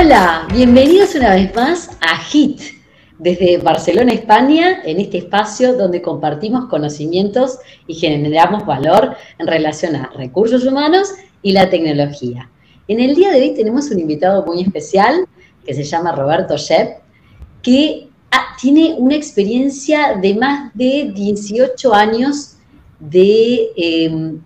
Hola, bienvenidos una vez más a HIT, desde Barcelona, España, en este espacio donde compartimos conocimientos y generamos valor en relación a recursos humanos y la tecnología. En el día de hoy tenemos un invitado muy especial que se llama Roberto Shepp, que tiene una experiencia de más de 18 años de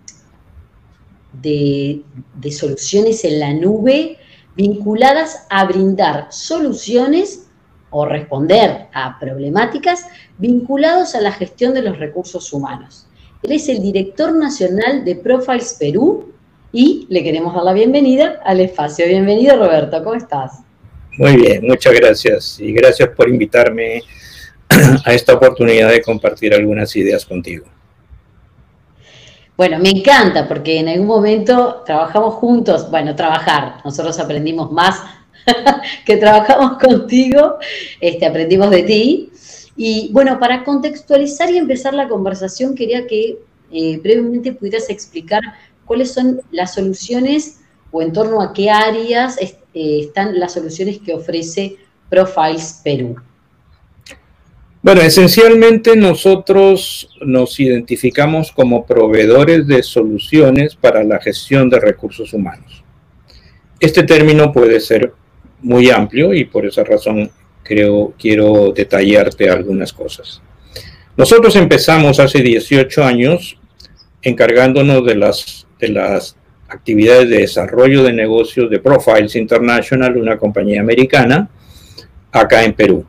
soluciones en la nube vinculadas a brindar soluciones o responder a problemáticas vinculados a la gestión de los recursos humanos. Él es el director nacional de Profiles Perú y le queremos dar la bienvenida al espacio. Bienvenido, Roberto, ¿cómo estás? Muy bien, muchas gracias y gracias por invitarme a esta oportunidad de compartir algunas ideas contigo. Bueno, me encanta porque en algún momento trabajamos juntos, bueno, nosotros aprendimos más que trabajamos contigo, aprendimos de ti. Y bueno, para contextualizar y empezar la conversación, quería que brevemente pudieras explicar cuáles son las soluciones o en torno a qué áreas están las soluciones que ofrece Profiles Perú. Bueno, esencialmente nosotros nos identificamos como proveedores de soluciones para la gestión de recursos humanos. Este término puede ser muy amplio y por esa razón quiero detallarte algunas cosas. Nosotros empezamos hace 18 años encargándonos de las actividades de desarrollo de negocios de Profiles International, una compañía americana, acá en Perú.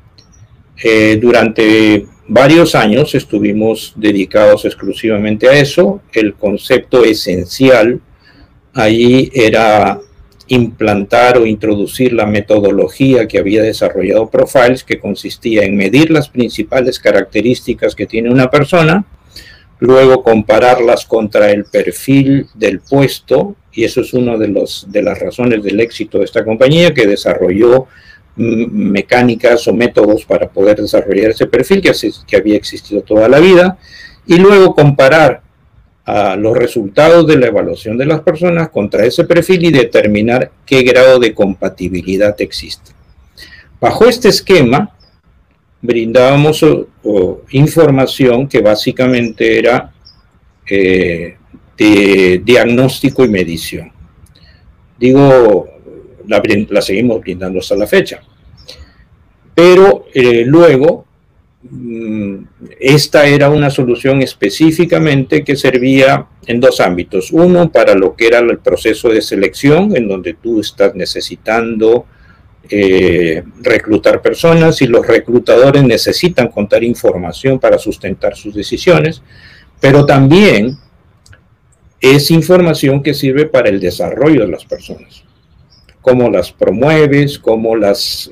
Durante varios años estuvimos dedicados exclusivamente a eso. El concepto esencial ahí era implantar o introducir la metodología que había desarrollado Profiles, que consistía en medir las principales características que tiene una persona, luego compararlas contra el perfil del puesto, y eso es una de las razones del éxito de esta compañía, que desarrolló mecánicas o métodos para poder desarrollar ese perfil que había existido toda la vida, y luego comparar los resultados de la evaluación de las personas contra ese perfil y determinar qué grado de compatibilidad existe. Bajo este esquema brindábamos información que básicamente era de diagnóstico y medición. Digo, la seguimos brindando hasta la fecha. Pero luego, esta era una solución específicamente que servía en dos ámbitos. Uno, para lo que era el proceso de selección, en donde tú estás necesitando reclutar personas y los reclutadores necesitan contar información para sustentar sus decisiones, pero también es información que sirve para el desarrollo de las personas. Cómo las promueves, cómo las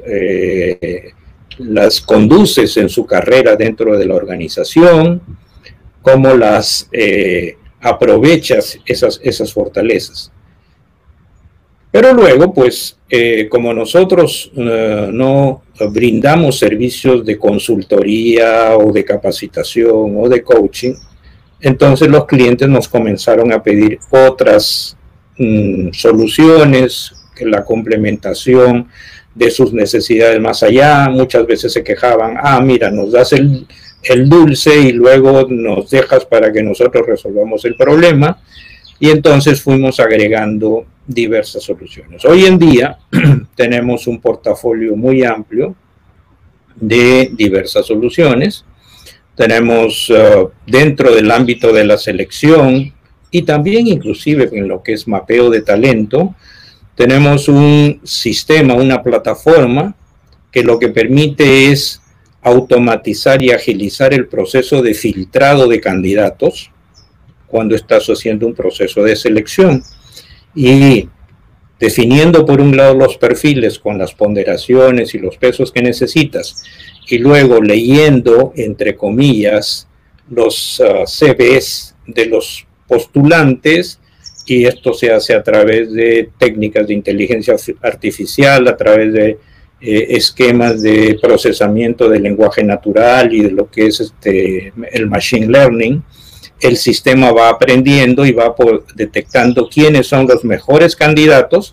conduces en su carrera dentro de la organización, cómo las aprovechas esas fortalezas. Pero luego, pues, como nosotros no brindamos servicios de consultoría o de capacitación o de coaching, entonces los clientes nos comenzaron a pedir otras soluciones, que la complementación de sus necesidades más allá. Muchas veces se quejaban, mira, nos das el dulce y luego nos dejas para que nosotros resolvamos el problema, y entonces fuimos agregando diversas soluciones. Hoy en día tenemos un portafolio muy amplio de diversas soluciones. Tenemos dentro del ámbito de la selección y también inclusive en lo que es mapeo de talento, tenemos un sistema, una plataforma que lo que permite es automatizar y agilizar el proceso de filtrado de candidatos cuando estás haciendo un proceso de selección y definiendo por un lado los perfiles con las ponderaciones y los pesos que necesitas y luego leyendo, entre comillas, los CVs de los postulantes, y esto se hace a través de técnicas de inteligencia artificial, a través de esquemas de procesamiento del lenguaje natural y de lo que es el machine learning. El sistema va aprendiendo y va detectando quiénes son los mejores candidatos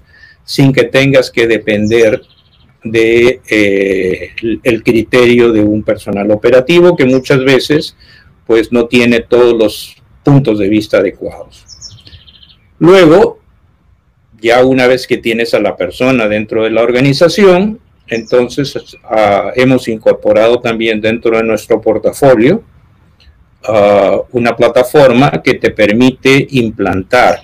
sin que tengas que depender de el criterio de un personal operativo que muchas veces pues no tiene todos los puntos de vista adecuados. Luego, ya una vez que tienes a la persona dentro de la organización, entonces hemos incorporado también dentro de nuestro portafolio una plataforma que te permite implantar,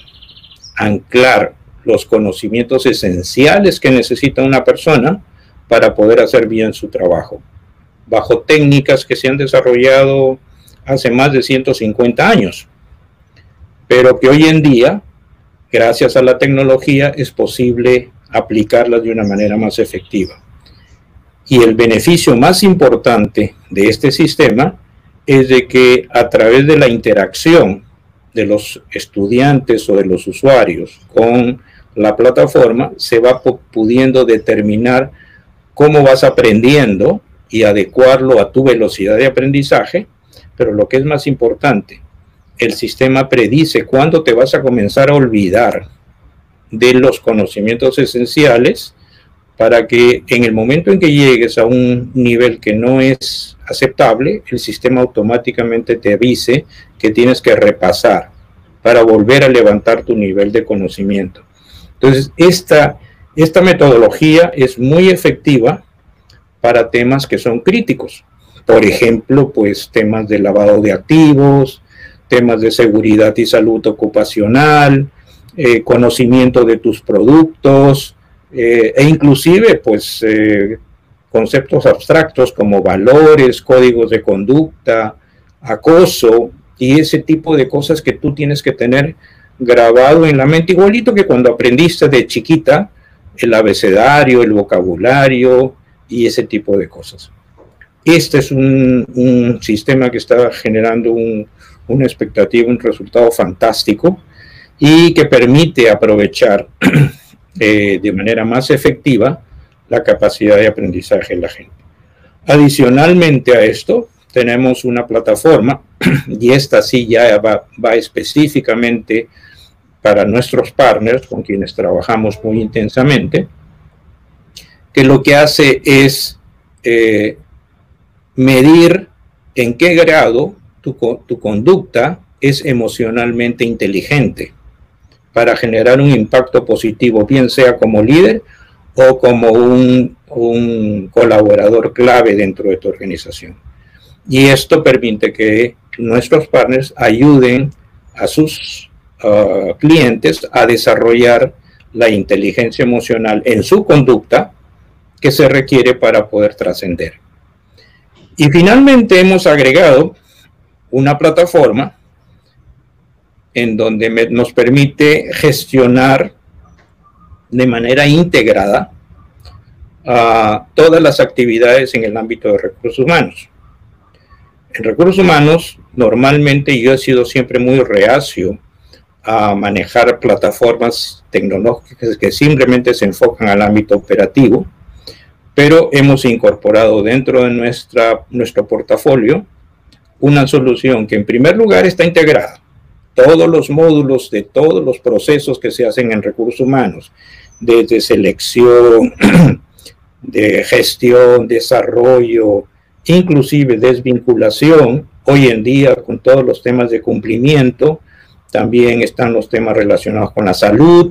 anclar los conocimientos esenciales que necesita una persona para poder hacer bien su trabajo, bajo técnicas que se han desarrollado hace más de 150 años, pero que hoy en día, gracias a la tecnología, es posible aplicarlas de una manera más efectiva. Y el beneficio más importante de este sistema es de que a través de la interacción de los estudiantes o de los usuarios con la plataforma, se va pudiendo determinar cómo vas aprendiendo y adecuarlo a tu velocidad de aprendizaje, pero lo que es más importante, el sistema predice cuándo te vas a comenzar a olvidar de los conocimientos esenciales para que en el momento en que llegues a un nivel que no es aceptable, el sistema automáticamente te avise que tienes que repasar para volver a levantar tu nivel de conocimiento. Entonces, esta metodología es muy efectiva para temas que son críticos. Por ejemplo, pues temas de lavado de activos, temas de seguridad y salud ocupacional, conocimiento de tus productos, e inclusive pues conceptos abstractos como valores, códigos de conducta, acoso y ese tipo de cosas que tú tienes que tener grabado en la mente, igualito que cuando aprendiste de chiquita el abecedario, el vocabulario y ese tipo de cosas. Este es un sistema que está generando una expectativa, un resultado fantástico y que permite aprovechar de manera más efectiva la capacidad de aprendizaje de la gente. Adicionalmente a esto, tenemos una plataforma y esta sí ya va específicamente para nuestros partners con quienes trabajamos muy intensamente, que lo que hace es medir en qué grado tu conducta es emocionalmente inteligente para generar un impacto positivo, bien sea como líder o como un colaborador clave dentro de tu organización. Y esto permite que nuestros partners ayuden a sus clientes a desarrollar la inteligencia emocional en su conducta que se requiere para poder trascender. Y finalmente hemos agregado una plataforma en donde nos permite gestionar de manera integrada todas las actividades en el ámbito de recursos humanos. En recursos humanos, normalmente yo he sido siempre muy reacio a manejar plataformas tecnológicas que simplemente se enfocan al ámbito operativo, pero hemos incorporado dentro de nuestro portafolio una solución que en primer lugar está integrada. Todos los módulos de todos los procesos que se hacen en recursos humanos, desde selección, de gestión, desarrollo, inclusive desvinculación, hoy en día con todos los temas de cumplimiento, también están los temas relacionados con la salud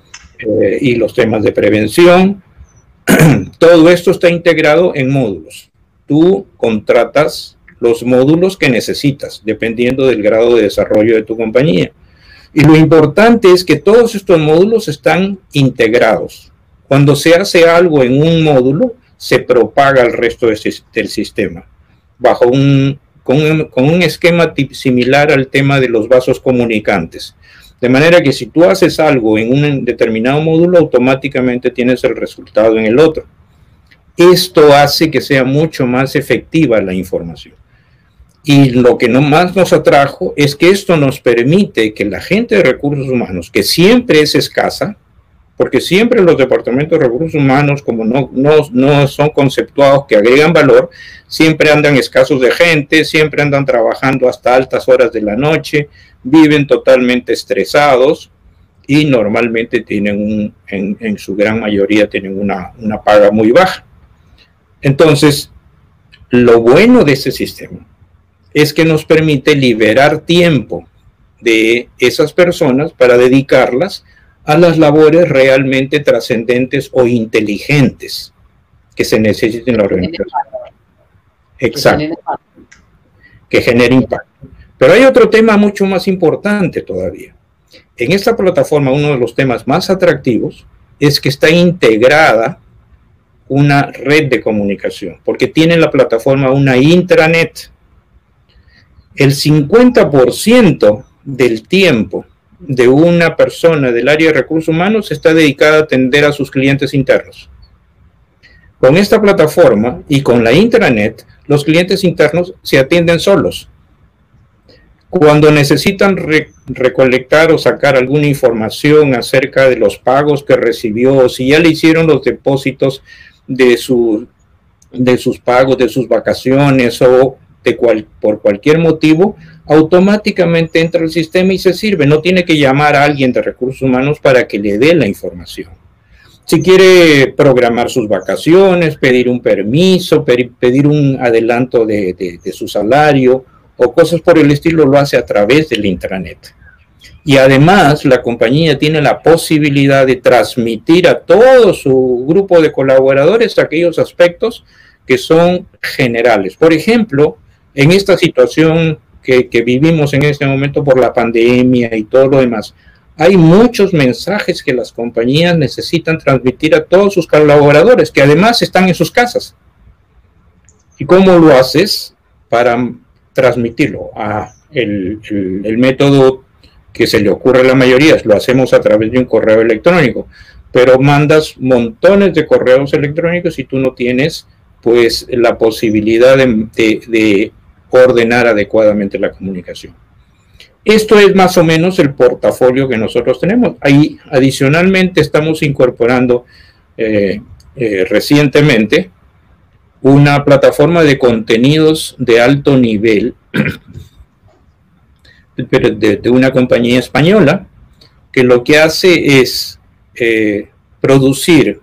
y los temas de prevención. Todo esto está integrado en módulos. Tú contratas los módulos que necesitas, dependiendo del grado de desarrollo de tu compañía. Y lo importante es que todos estos módulos están integrados. Cuando se hace algo en un módulo, se propaga al resto del sistema, con un esquema similar al tema de los vasos comunicantes. De manera que si tú haces algo en un determinado módulo, automáticamente tienes el resultado en el otro. Esto hace que sea mucho más efectiva la información. Y lo que más nos atrajo es que esto nos permite que la gente de recursos humanos, que siempre es escasa, porque siempre los departamentos de recursos humanos, como no son conceptuados que agregan valor, siempre andan escasos de gente, siempre andan trabajando hasta altas horas de la noche, viven totalmente estresados y normalmente tienen en su gran mayoría tienen una paga muy baja. Entonces, lo bueno de ese sistema es que nos permite liberar tiempo de esas personas para dedicarlas a las labores realmente trascendentes o inteligentes que se necesiten en la organización. Exacto. Que genere impacto. Pero hay otro tema mucho más importante todavía. En esta plataforma, uno de los temas más atractivos es que está integrada una red de comunicación, porque tiene la plataforma una intranet. El 50% del tiempo de una persona del área de recursos humanos está dedicada a atender a sus clientes internos. Con esta plataforma y con la intranet, los clientes internos se atienden solos. Cuando necesitan recolectar o sacar alguna información acerca de los pagos que recibió, si ya le hicieron los depósitos de sus pagos, de sus vacaciones o por cualquier motivo, automáticamente entra al sistema y se sirve. No tiene que llamar a alguien de recursos humanos para que le dé la información. Si quiere programar sus vacaciones, pedir un permiso, pedir un adelanto de su salario o cosas por el estilo, lo hace a través del intranet. Y además la compañía tiene la posibilidad de transmitir a todo su grupo de colaboradores aquellos aspectos que son generales. Por ejemplo, en esta situación que vivimos en este momento por la pandemia y todo lo demás, hay muchos mensajes que las compañías necesitan transmitir a todos sus colaboradores, que además están en sus casas. ¿Y cómo lo haces para transmitirlo? El método que se le ocurre a la mayoría, lo hacemos a través de un correo electrónico, pero mandas montones de correos electrónicos y tú no tienes pues la posibilidad de ordenar adecuadamente la comunicación. Esto es más o menos el portafolio que nosotros tenemos. Ahí adicionalmente estamos incorporando recientemente una plataforma de contenidos de alto nivel de una compañía española que lo que hace es producir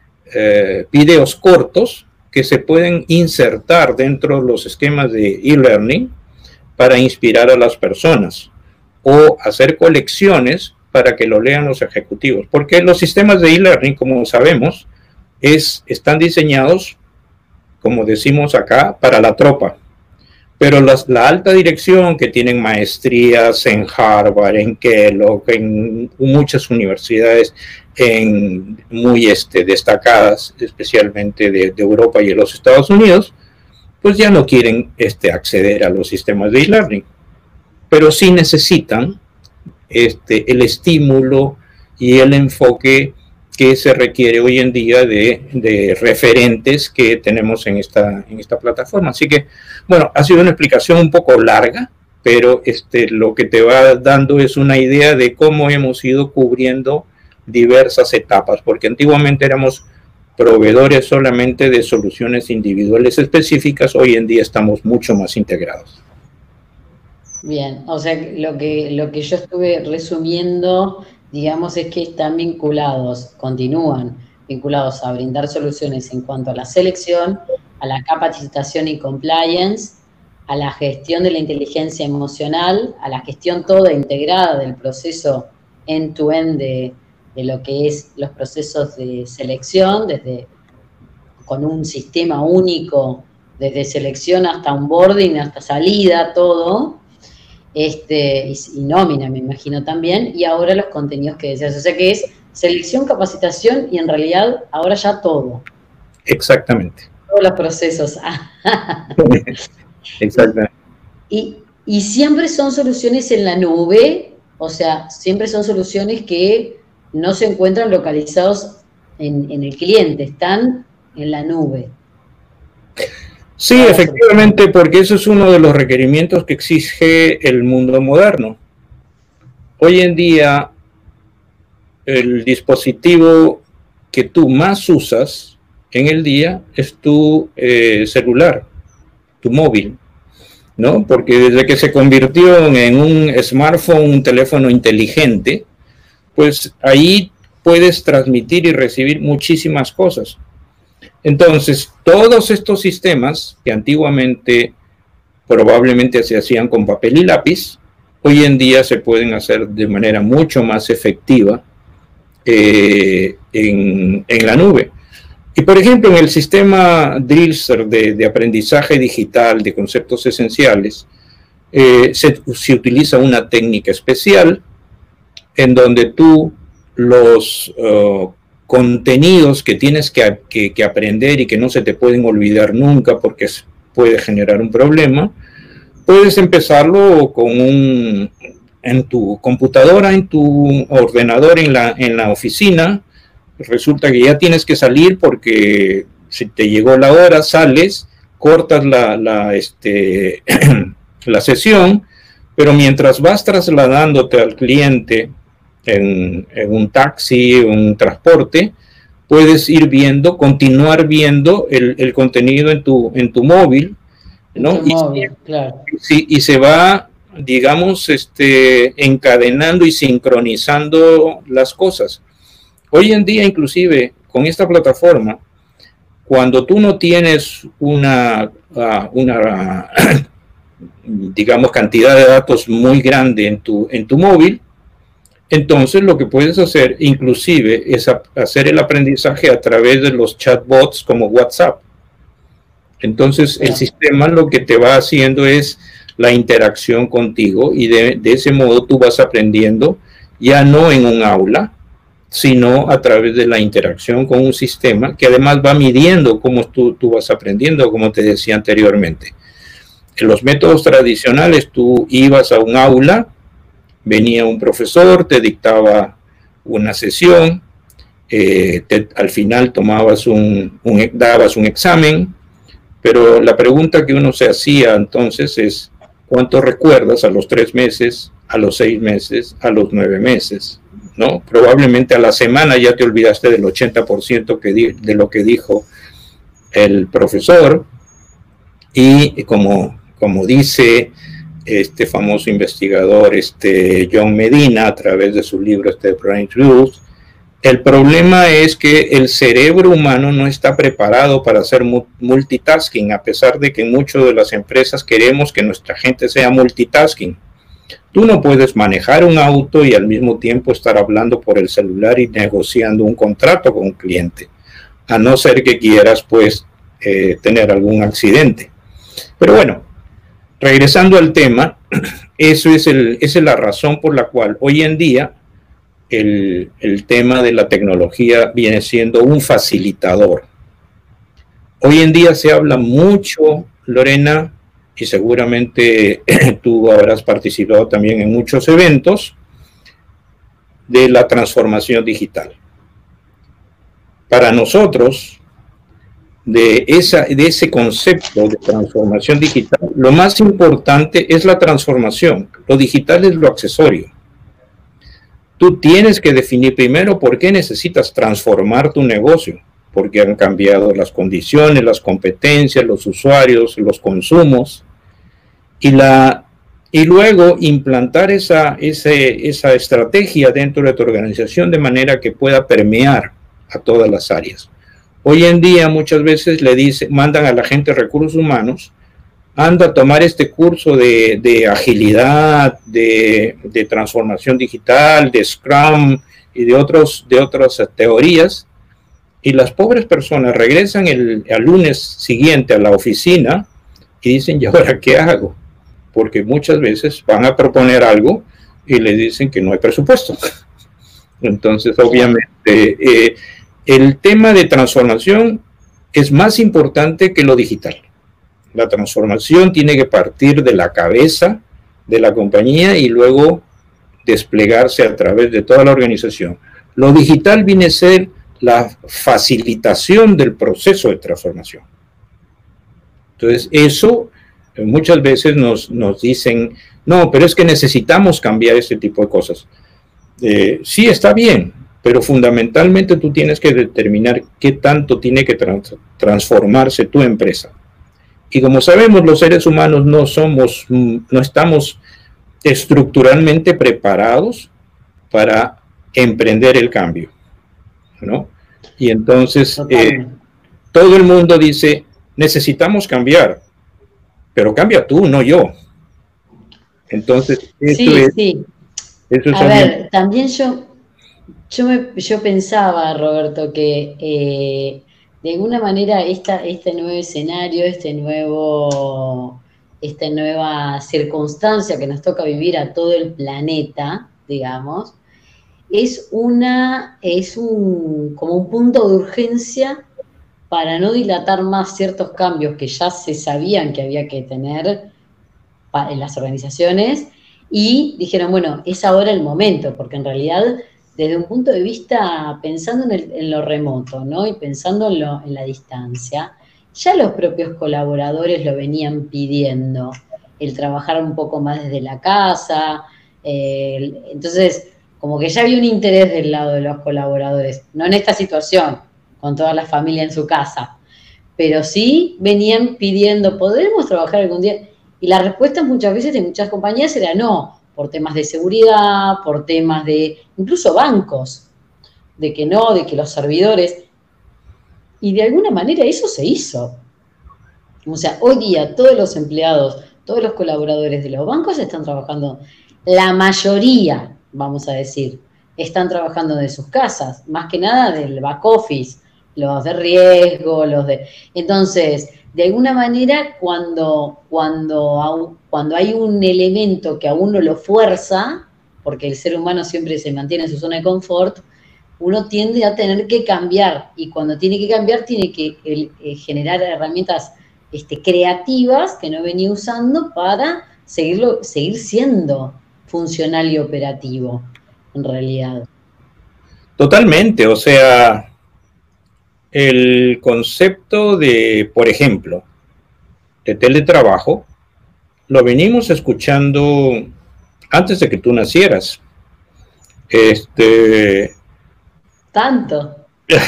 videos cortos que se pueden insertar dentro de los esquemas de e-learning para inspirar a las personas o hacer colecciones para que lo lean los ejecutivos, porque los sistemas de e-learning, como sabemos, están diseñados, como decimos acá, para la tropa. Pero la alta dirección, que tienen maestrías en Harvard, en Kellogg, en muchas universidades muy destacadas, especialmente de Europa y de los Estados Unidos, pues ya no quieren acceder a los sistemas de e-learning. Pero sí necesitan el estímulo y el enfoque que se requiere hoy en día de referentes que tenemos en esta plataforma. Así que, bueno, ha sido una explicación un poco larga, pero lo que te va dando es una idea de cómo hemos ido cubriendo diversas etapas, porque antiguamente éramos proveedores solamente de soluciones individuales específicas, hoy en día estamos mucho más integrados. Bien, o sea, lo que yo estuve resumiendo, digamos, es que están continúan vinculados a brindar soluciones en cuanto a la selección, a la capacitación y compliance, a la gestión de la inteligencia emocional, a la gestión toda integrada del proceso end-to-end de lo que es los procesos de selección, con un sistema único, desde selección hasta onboarding, hasta salida, todo. Y nómina, me imagino también, y ahora los contenidos que decías, o sea que es selección, capacitación y en realidad ahora ya todo. Exactamente. Todos los procesos. Exactamente. Y siempre son soluciones en la nube, o sea, siempre son soluciones que no se encuentran localizados en el cliente, están en la nube. Sí, efectivamente, porque eso es uno de los requerimientos que exige el mundo moderno. Hoy en día, el dispositivo que tú más usas en el día es tu celular, tu móvil, ¿no? Porque desde que se convirtió en un smartphone, un teléfono inteligente, pues ahí puedes transmitir y recibir muchísimas cosas. Entonces, todos estos sistemas que antiguamente probablemente se hacían con papel y lápiz, hoy en día se pueden hacer de manera mucho más efectiva en la nube. Y por ejemplo, en el sistema Drillster de aprendizaje digital de conceptos esenciales, se utiliza una técnica especial en donde tú los contenidos que tienes que aprender y que no se te pueden olvidar nunca porque puede generar un problema, puedes empezarlo en tu computadora, en tu ordenador, en la oficina. Resulta que ya tienes que salir porque si te llegó la hora, sales, cortas la sesión, pero mientras vas trasladándote al cliente en un taxi, un transporte, puedes ir viendo, continuar viendo el contenido en tu móvil, ¿no? Claro. Y se va, digamos, encadenando y sincronizando las cosas. Hoy en día, inclusive, con esta plataforma, cuando tú no tienes una digamos, cantidad de datos muy grande en tu móvil, entonces lo que puedes hacer, inclusive, es hacer el aprendizaje a través de los chatbots como WhatsApp. Entonces, el sistema lo que te va haciendo es la interacción contigo y de ese modo tú vas aprendiendo ya no en un aula, sino a través de la interacción con un sistema que además va midiendo cómo tú vas aprendiendo, como te decía anteriormente. En los métodos tradicionales tú ibas a un aula, venía un profesor, te dictaba una sesión, al final dabas un examen, pero la pregunta que uno se hacía entonces es, ¿cuánto recuerdas a los 3 meses, a los 6 meses, a los 9 meses? ¿No? Probablemente a la semana ya te olvidaste del 80% de lo que dijo el profesor, y como dice este famoso investigador John Medina a través de su libro Brain Rules, el problema es que el cerebro humano no está preparado para hacer multitasking, a pesar de que en muchas de las empresas queremos que nuestra gente sea multitasking. Tú no puedes manejar un auto y al mismo tiempo estar hablando por el celular y negociando un contrato con un cliente, a no ser que quieras, pues, tener algún accidente. Pero bueno, regresando al tema, esa es la razón por la cual hoy en día el tema de la tecnología viene siendo un facilitador. Hoy en día se habla mucho, Lorena, y seguramente tú habrás participado también en muchos eventos, de la transformación digital. Para nosotros, de ese concepto de transformación digital, lo más importante es la transformación. Lo digital es lo accesorio. Tú tienes que definir primero por qué necesitas transformar tu negocio, porque han cambiado las condiciones, las competencias, los usuarios, los consumos, y luego implantar esa estrategia dentro de tu organización de manera que pueda permear a todas las áreas. Hoy en día muchas veces mandan a la gente de recursos humanos, anda a tomar este curso de agilidad, de transformación digital, de Scrum y de otras teorías, y las pobres personas regresan al lunes siguiente a la oficina y dicen, ¿y ahora qué hago? Porque muchas veces van a proponer algo y le dicen que no hay presupuesto. Entonces, obviamente, el tema de transformación es más importante que lo digital. La transformación tiene que partir de la cabeza de la compañía y luego desplegarse a través de toda la organización. Lo digital viene a ser la facilitación del proceso de transformación. Entonces, eso muchas veces nos dicen, no, pero es que necesitamos cambiar este tipo de cosas. Sí, está bien, pero fundamentalmente tú tienes que determinar qué tanto tiene que transformarse tu empresa. Y como sabemos, los seres humanos no estamos estructuralmente preparados para emprender el cambio, ¿no? Y entonces todo el mundo dice, necesitamos cambiar, pero cambia tú, no yo. Entonces, eso es. A ver, también yo pensaba, Roberto, que de alguna manera este nuevo escenario, esta nueva circunstancia que nos toca vivir a todo el planeta, digamos, como un punto de urgencia para no dilatar más ciertos cambios que ya se sabían que había que tener en las organizaciones, y dijeron, bueno, es ahora el momento, porque en realidad, desde un punto de vista, pensando en lo remoto, ¿no? Y pensando en la distancia, ya los propios colaboradores lo venían pidiendo, el trabajar un poco más desde la casa, entonces, como que ya había un interés del lado de los colaboradores, no en esta situación, con toda la familia en su casa, pero sí venían pidiendo, ¿podremos trabajar algún día? Y la respuesta muchas veces de muchas compañías era no, por temas de seguridad, por temas de incluso bancos, de que no, de que los servidores, y de alguna manera eso se hizo. O sea, hoy día todos los empleados, todos los colaboradores de los bancos están trabajando, la mayoría, vamos a decir, están trabajando de sus casas, más que nada del back office, los de riesgo, Entonces, de alguna manera, cuando hay un elemento que a uno lo fuerza, porque el ser humano siempre se mantiene en su zona de confort, uno tiende a tener que cambiar, y cuando tiene que cambiar tiene que generar herramientas creativas que no venía usando para seguir siendo funcional y operativo, en realidad. Totalmente, o sea, el concepto de, por ejemplo, de teletrabajo, lo venimos escuchando antes de que tú nacieras. Tanto.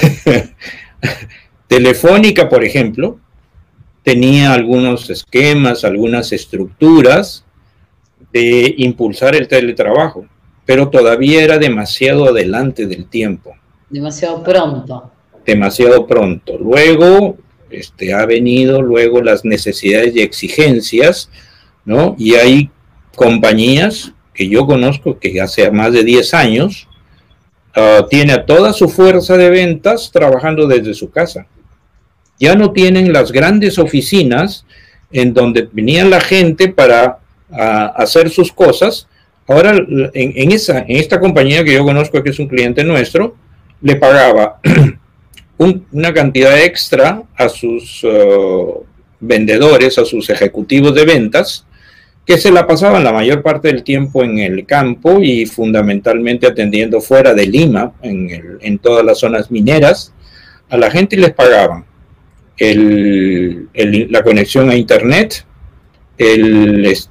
Telefónica, por ejemplo, tenía algunos esquemas, algunas estructuras de impulsar el teletrabajo, pero todavía era demasiado adelante del tiempo. Demasiado pronto. Demasiado pronto. Luego ha venido luego las necesidades y exigencias, ¿no? Y hay compañías que yo conozco que hace más de 10 años tiene a toda su fuerza de ventas trabajando desde su casa. Ya no tienen las grandes oficinas en donde venían la gente para hacer sus cosas. Ahora, en esta compañía que yo conozco, que es un cliente nuestro, le pagaba una cantidad extra a sus vendedores, a sus ejecutivos de ventas, que se la pasaban la mayor parte del tiempo en el campo y fundamentalmente atendiendo fuera de Lima, en todas las zonas mineras. A la gente les pagaban la conexión a internet, les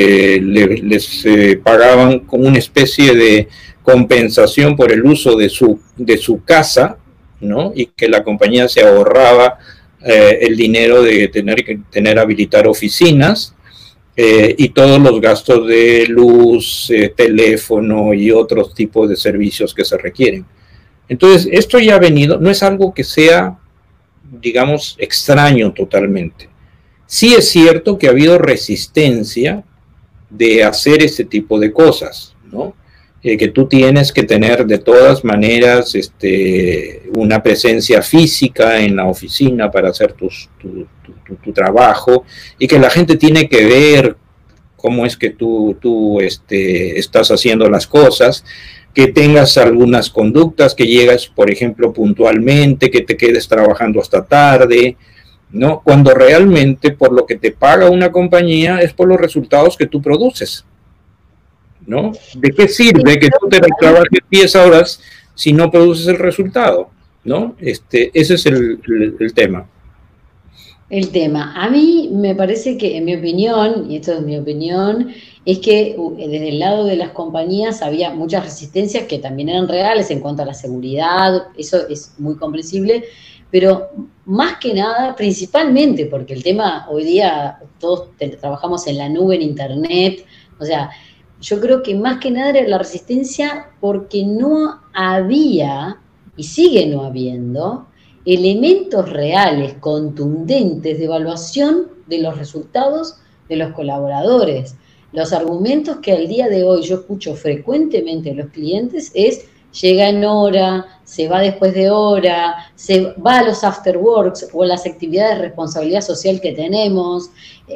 pagaban como una especie de compensación por el uso de su casa, ¿no? Y que la compañía se ahorraba el dinero de tener habilitar oficinas y todos los gastos de luz, teléfono y otros tipos de servicios que se requieren. Entonces, esto ya ha venido, no es algo que sea, digamos, extraño totalmente. Sí es cierto que ha habido resistencia de hacer este tipo de cosas, ¿no? Que tú tienes que tener de todas maneras una presencia física en la oficina para hacer tu trabajo, y que la gente tiene que ver cómo es que tú estás haciendo las cosas, que tengas algunas conductas, que llegas, por ejemplo, puntualmente, que te quedes trabajando hasta tarde, ¿no? Cuando realmente por lo que te paga una compañía es por los resultados que tú produces, ¿no? ¿De qué sirve que tú te trabajes 10 horas si no produces el resultado, ¿no? Ese es el tema. El tema. A mí me parece que, en mi opinión, y esto es mi opinión, es que desde el lado de las compañías había muchas resistencias que también eran reales en cuanto a la seguridad, eso es muy comprensible, pero más que nada, principalmente, porque el tema hoy día todos trabajamos en la nube, en internet, o sea, yo creo que más que nada era la resistencia porque no había, y sigue no habiendo, elementos reales, contundentes de evaluación de los resultados de los colaboradores. Los argumentos que al día de hoy yo escucho frecuentemente de los clientes es: llega en hora, se va después de hora, se va a los after works o a las actividades de responsabilidad social que tenemos.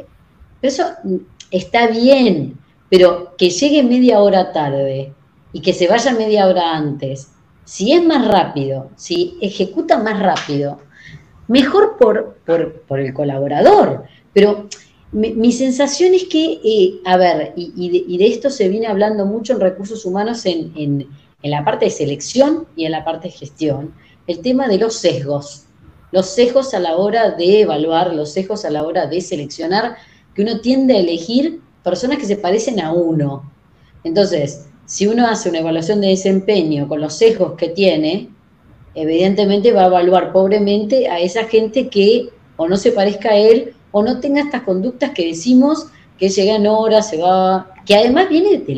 Eso está bien, pero que llegue media hora tarde y que se vaya media hora antes, si es más rápido, si ejecuta más rápido, mejor por el colaborador. Pero mi sensación es que, a ver, y de esto se viene hablando mucho en recursos humanos en la parte de selección y en la parte de gestión, el tema de los sesgos a la hora de evaluar, los sesgos a la hora de seleccionar, que uno tiende a elegir personas que se parecen a uno. Entonces, si uno hace una evaluación de desempeño con los sesgos que tiene, evidentemente va a evaluar pobremente a esa gente que o no se parezca a él o no tenga estas conductas que decimos que llega en hora, se va, que además viene de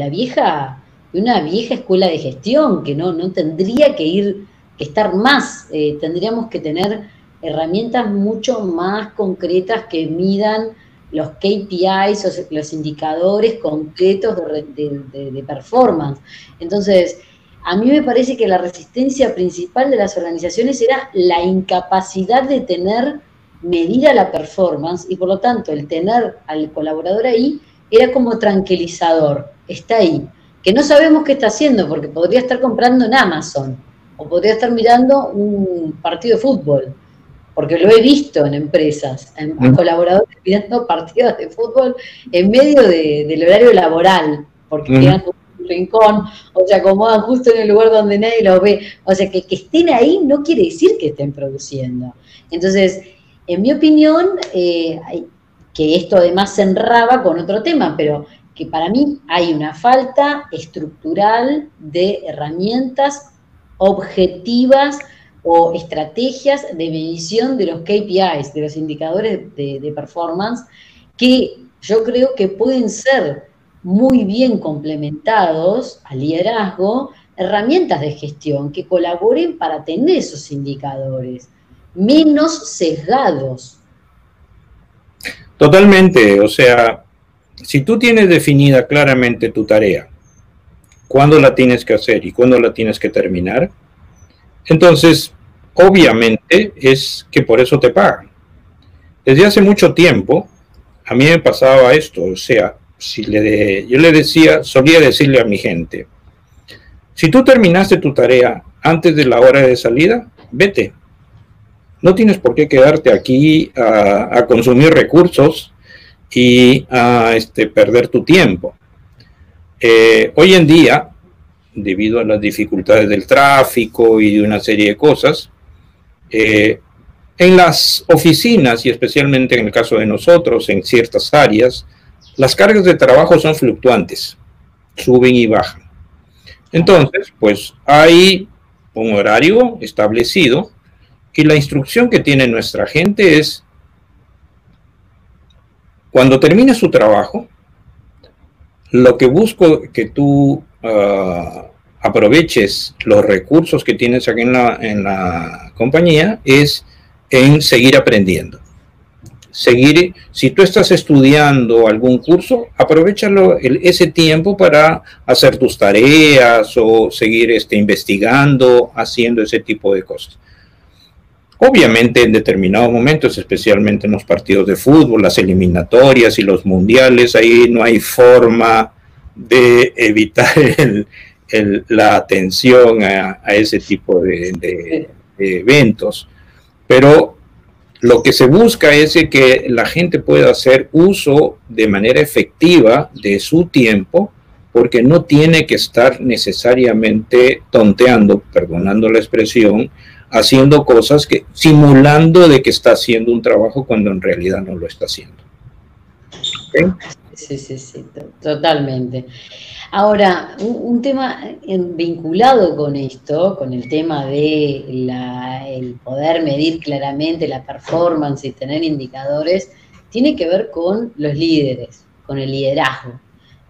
una vieja escuela de gestión, que no tendría que estar más, tendríamos que tener herramientas mucho más concretas que midan los KPIs, o los indicadores concretos de performance. Entonces, a mí me parece que la resistencia principal de las organizaciones era la incapacidad de tener medida la performance, y por lo tanto el tener al colaborador ahí era como tranquilizador, está ahí, que no sabemos qué está haciendo, porque podría estar comprando en Amazon, o podría estar mirando un partido de fútbol, porque lo he visto en empresas, a colaboradores mirando partidos de fútbol en medio del horario laboral, porque quedan en un rincón, o se acomodan justo en el lugar donde nadie los ve. O sea, que estén ahí no quiere decir que estén produciendo. Entonces, en mi opinión, que esto además se enraba con otro tema, pero que para mí hay una falta estructural de herramientas objetivas o estrategias de medición de los KPIs, de los indicadores de performance, que yo creo que pueden ser muy bien complementados al liderazgo, herramientas de gestión que colaboren para tener esos indicadores menos sesgados. Totalmente, o sea, si tú tienes definida claramente tu tarea, cuándo la tienes que hacer y cuándo la tienes que terminar, entonces, obviamente es que por eso te pagan. Desde hace mucho tiempo, a mí me pasaba esto, o sea, yo solía decirle a mi gente, si tú terminaste tu tarea antes de la hora de salida, vete. No tienes por qué quedarte aquí a consumir recursos y a perder tu tiempo. Hoy en día, debido a las dificultades del tráfico y de una serie de cosas, en las oficinas, y especialmente en el caso de nosotros, en ciertas áreas, las cargas de trabajo son fluctuantes, suben y bajan. Entonces, pues hay un horario establecido y la instrucción que tiene nuestra gente es, cuando termine su trabajo, lo que busco que tú aproveches los recursos que tienes aquí en la compañía es en seguir aprendiendo. Si tú estás estudiando algún curso, aprovechalo ese tiempo para hacer tus tareas o seguir investigando, haciendo ese tipo de cosas. Obviamente en determinados momentos, especialmente en los partidos de fútbol, las eliminatorias y los mundiales, ahí no hay forma de evitar la atención a ese tipo de eventos. Pero lo que se busca es que la gente pueda hacer uso de manera efectiva de su tiempo, porque no tiene que estar necesariamente tonteando, perdonando la expresión, haciendo cosas simulando de que está haciendo un trabajo cuando en realidad no lo está haciendo. ¿Okay? Sí, totalmente. Ahora, un tema vinculado con esto, con el tema de el poder medir claramente la performance y tener indicadores, tiene que ver con los líderes, con el liderazgo.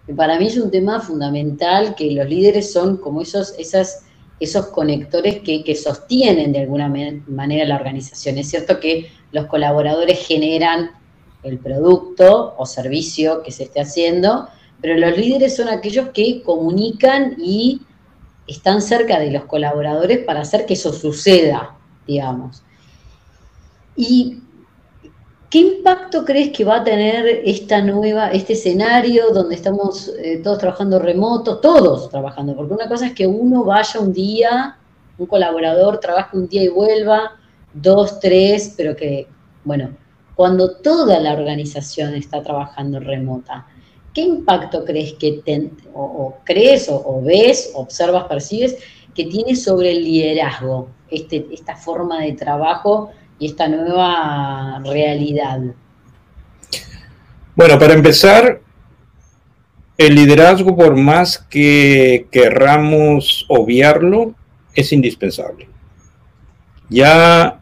Para mí es un tema fundamental, que los líderes son como esos conectores que sostienen de alguna manera la organización. Es cierto que los colaboradores generan el producto o servicio que se esté haciendo, pero los líderes son aquellos que comunican y están cerca de los colaboradores para hacer que eso suceda, digamos. ¿Y qué impacto crees que va a tener este escenario donde estamos todos trabajando remoto, todos trabajando? Porque una cosa es que uno vaya un día, un colaborador trabaje un día y vuelva, 2, 3, pero que, bueno, cuando toda la organización está trabajando remota, ¿qué impacto crees que crees o ves, observas, percibes que tiene sobre el liderazgo esta forma de trabajo y esta nueva realidad? Bueno, para empezar, el liderazgo, por más que querramos obviarlo, es indispensable. Ya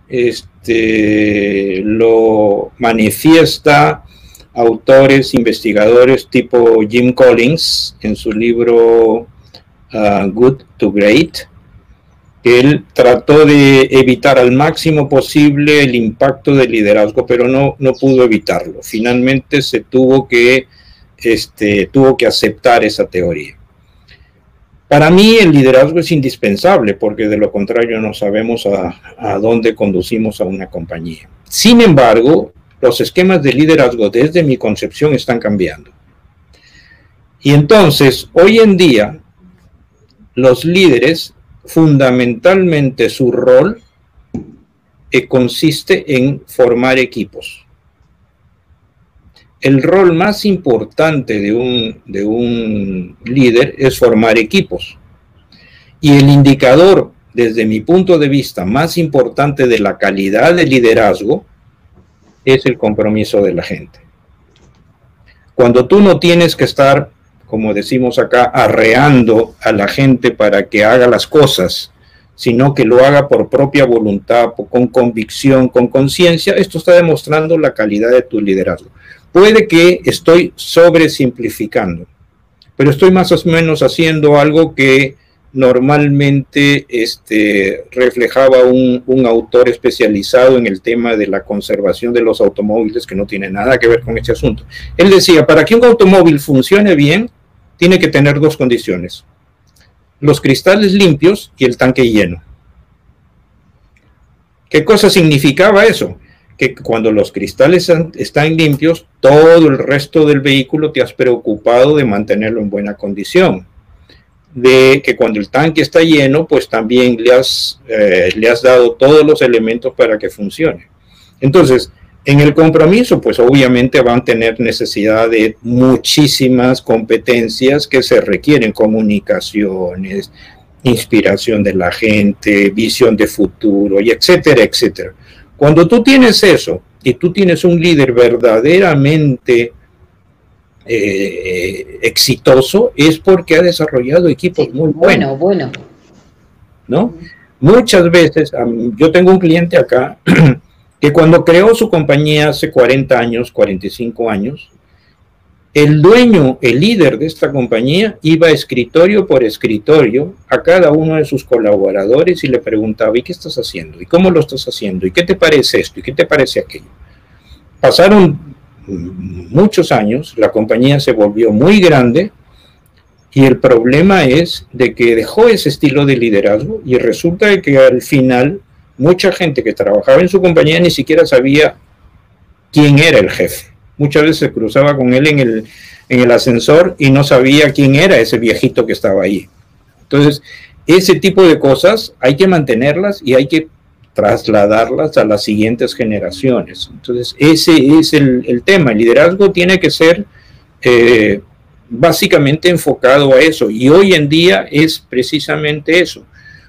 lo manifiesta autores, investigadores tipo Jim Collins en su libro Good to Great. Él trató de evitar al máximo posible el impacto del liderazgo, pero no pudo evitarlo. Finalmente se tuvo que aceptar esa teoría. Para mí el liderazgo es indispensable, porque de lo contrario no sabemos a dónde conducimos a una compañía. Sin embargo, los esquemas de liderazgo desde mi concepción están cambiando. Y entonces, hoy en día, los líderes, fundamentalmente su rol consiste en formar equipos. El rol más importante de un líder es formar equipos. Y el indicador, desde mi punto de vista, más importante de la calidad de liderazgo es el compromiso de la gente. Cuando tú no tienes que estar, como decimos acá, arreando a la gente para que haga las cosas, sino que lo haga por propia voluntad, con convicción, con conciencia, esto está demostrando la calidad de tu liderazgo. Puede que estoy sobresimplificando, pero estoy más o menos haciendo algo que normalmente reflejaba un autor especializado en el tema de la conservación de los automóviles, que no tiene nada que ver con este asunto. Él decía, para que un automóvil funcione bien, tiene que tener dos condiciones: los cristales limpios y el tanque lleno. ¿Qué cosa significaba eso? Que cuando los cristales están limpios, todo el resto del vehículo te has preocupado de mantenerlo en buena condición. De que cuando el tanque está lleno, pues también le has dado todos los elementos para que funcione. Entonces, en el compromiso, pues obviamente van a tener necesidad de muchísimas competencias que se requieren: comunicaciones, inspiración de la gente, visión de futuro, y etcétera, etcétera. Cuando tú tienes eso y tú tienes un líder verdaderamente exitoso, es porque ha desarrollado equipos muy buenos. ¿No? Muchas veces, yo tengo un cliente acá que cuando creó su compañía hace 40 años, 45 años, el dueño, el líder de esta compañía, iba escritorio por escritorio a cada uno de sus colaboradores y le preguntaba: ¿y qué estás haciendo? ¿Y cómo lo estás haciendo? ¿Y qué te parece esto? ¿Y qué te parece aquello? Pasaron muchos años, la compañía se volvió muy grande y el problema es de que dejó ese estilo de liderazgo y resulta de que al final mucha gente que trabajaba en su compañía ni siquiera sabía quién era el jefe. Muchas veces se cruzaba con él en el ascensor y no sabía quién era ese viejito que estaba ahí. Entonces, ese tipo de cosas hay que mantenerlas y hay que trasladarlas a las siguientes generaciones. Entonces, ese es el tema. El liderazgo tiene que ser básicamente enfocado a eso, y hoy en día es precisamente eso,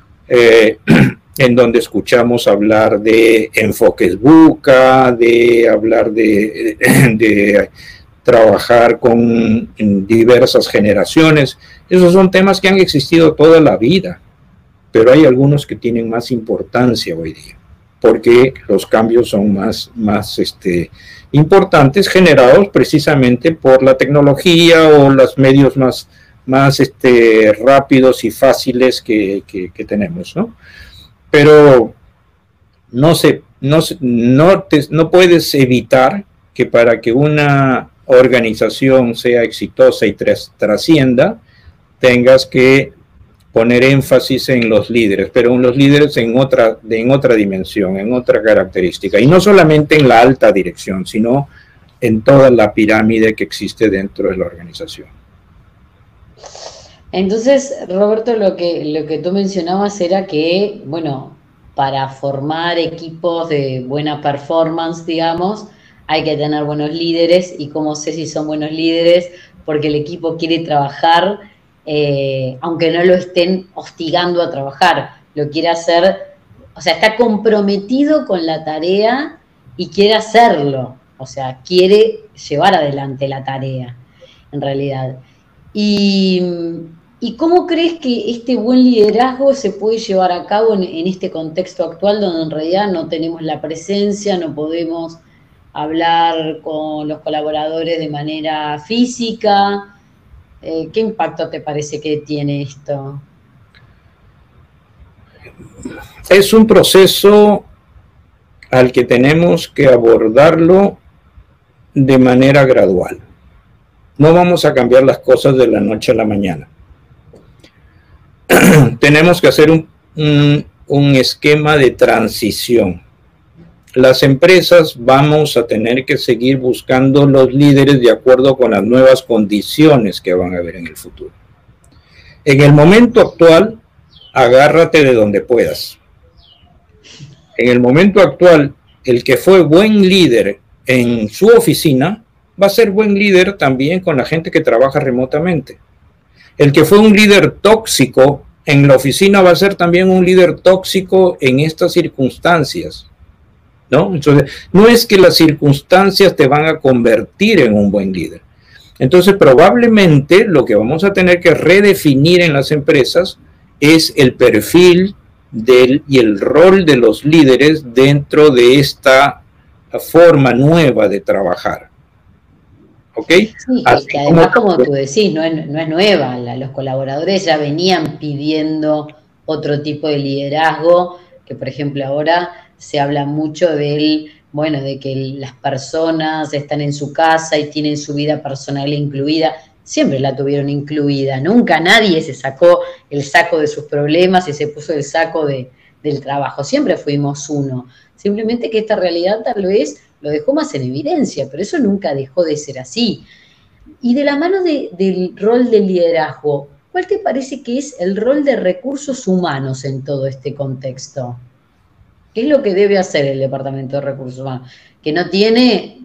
en donde escuchamos hablar de enfoques VUCA, de hablar de trabajar con diversas generaciones. Esos son temas que han existido toda la vida, pero hay algunos que tienen más importancia hoy día. porque los cambios son más importantes, generados precisamente por la tecnología o los medios más rápidos y fáciles que tenemos, ¿no? Pero no puedes evitar que para que una organización sea exitosa y trascienda, tengas que poner énfasis en los líderes, pero en los líderes en otra dimensión, en otra característica, y no solamente en la alta dirección, sino en toda la pirámide que existe dentro de la organización. Entonces, Roberto, lo que tú mencionabas era que, bueno, para formar equipos de buena performance, digamos, hay que tener buenos líderes. ¿Y cómo sé si son buenos líderes? Porque el equipo quiere trabajar, aunque no lo estén hostigando a trabajar, lo quiere hacer, o sea, está comprometido con la tarea y quiere hacerlo, o sea, quiere llevar adelante la tarea, en realidad. ¿Y cómo crees que este buen liderazgo se puede llevar a cabo en este contexto actual, donde en realidad no tenemos la presencia, no podemos hablar con los colaboradores de manera física? ¿Qué impacto te parece que tiene esto? Es un proceso al que tenemos que abordarlo de manera gradual. No vamos a cambiar las cosas de la noche a la mañana. Tenemos que hacer un esquema de transición. Las empresas vamos a tener que seguir buscando los líderes de acuerdo con las nuevas condiciones que van a haber en el futuro. En el momento actual, agárrate de donde puedas. En el momento actual, el que fue buen líder en su oficina va a ser buen líder también con la gente que trabaja remotamente. El que fue un líder tóxico en la oficina va a ser también un líder tóxico en estas circunstancias, ¿no? Entonces, no es que las circunstancias te van a convertir en un buen líder. Entonces, probablemente lo que vamos a tener que redefinir en las empresas es el perfil y el rol de los líderes dentro de esta forma nueva de trabajar. ¿Ok? Sí, que además, como tú decís, no es nueva. Los colaboradores ya venían pidiendo otro tipo de liderazgo, que por ejemplo ahora se habla mucho de que las personas están en su casa y tienen su vida personal incluida. Siempre la tuvieron incluida, nunca nadie se sacó el saco de sus problemas y se puso el saco del trabajo, siempre fuimos uno. Simplemente que esta realidad tal vez lo dejó más en evidencia, pero eso nunca dejó de ser así. Y de la mano del rol de liderazgo, ¿cuál te parece que es el rol de recursos humanos en todo este contexto? ¿Qué es lo que debe hacer el Departamento de Recursos Humanos? Que no tiene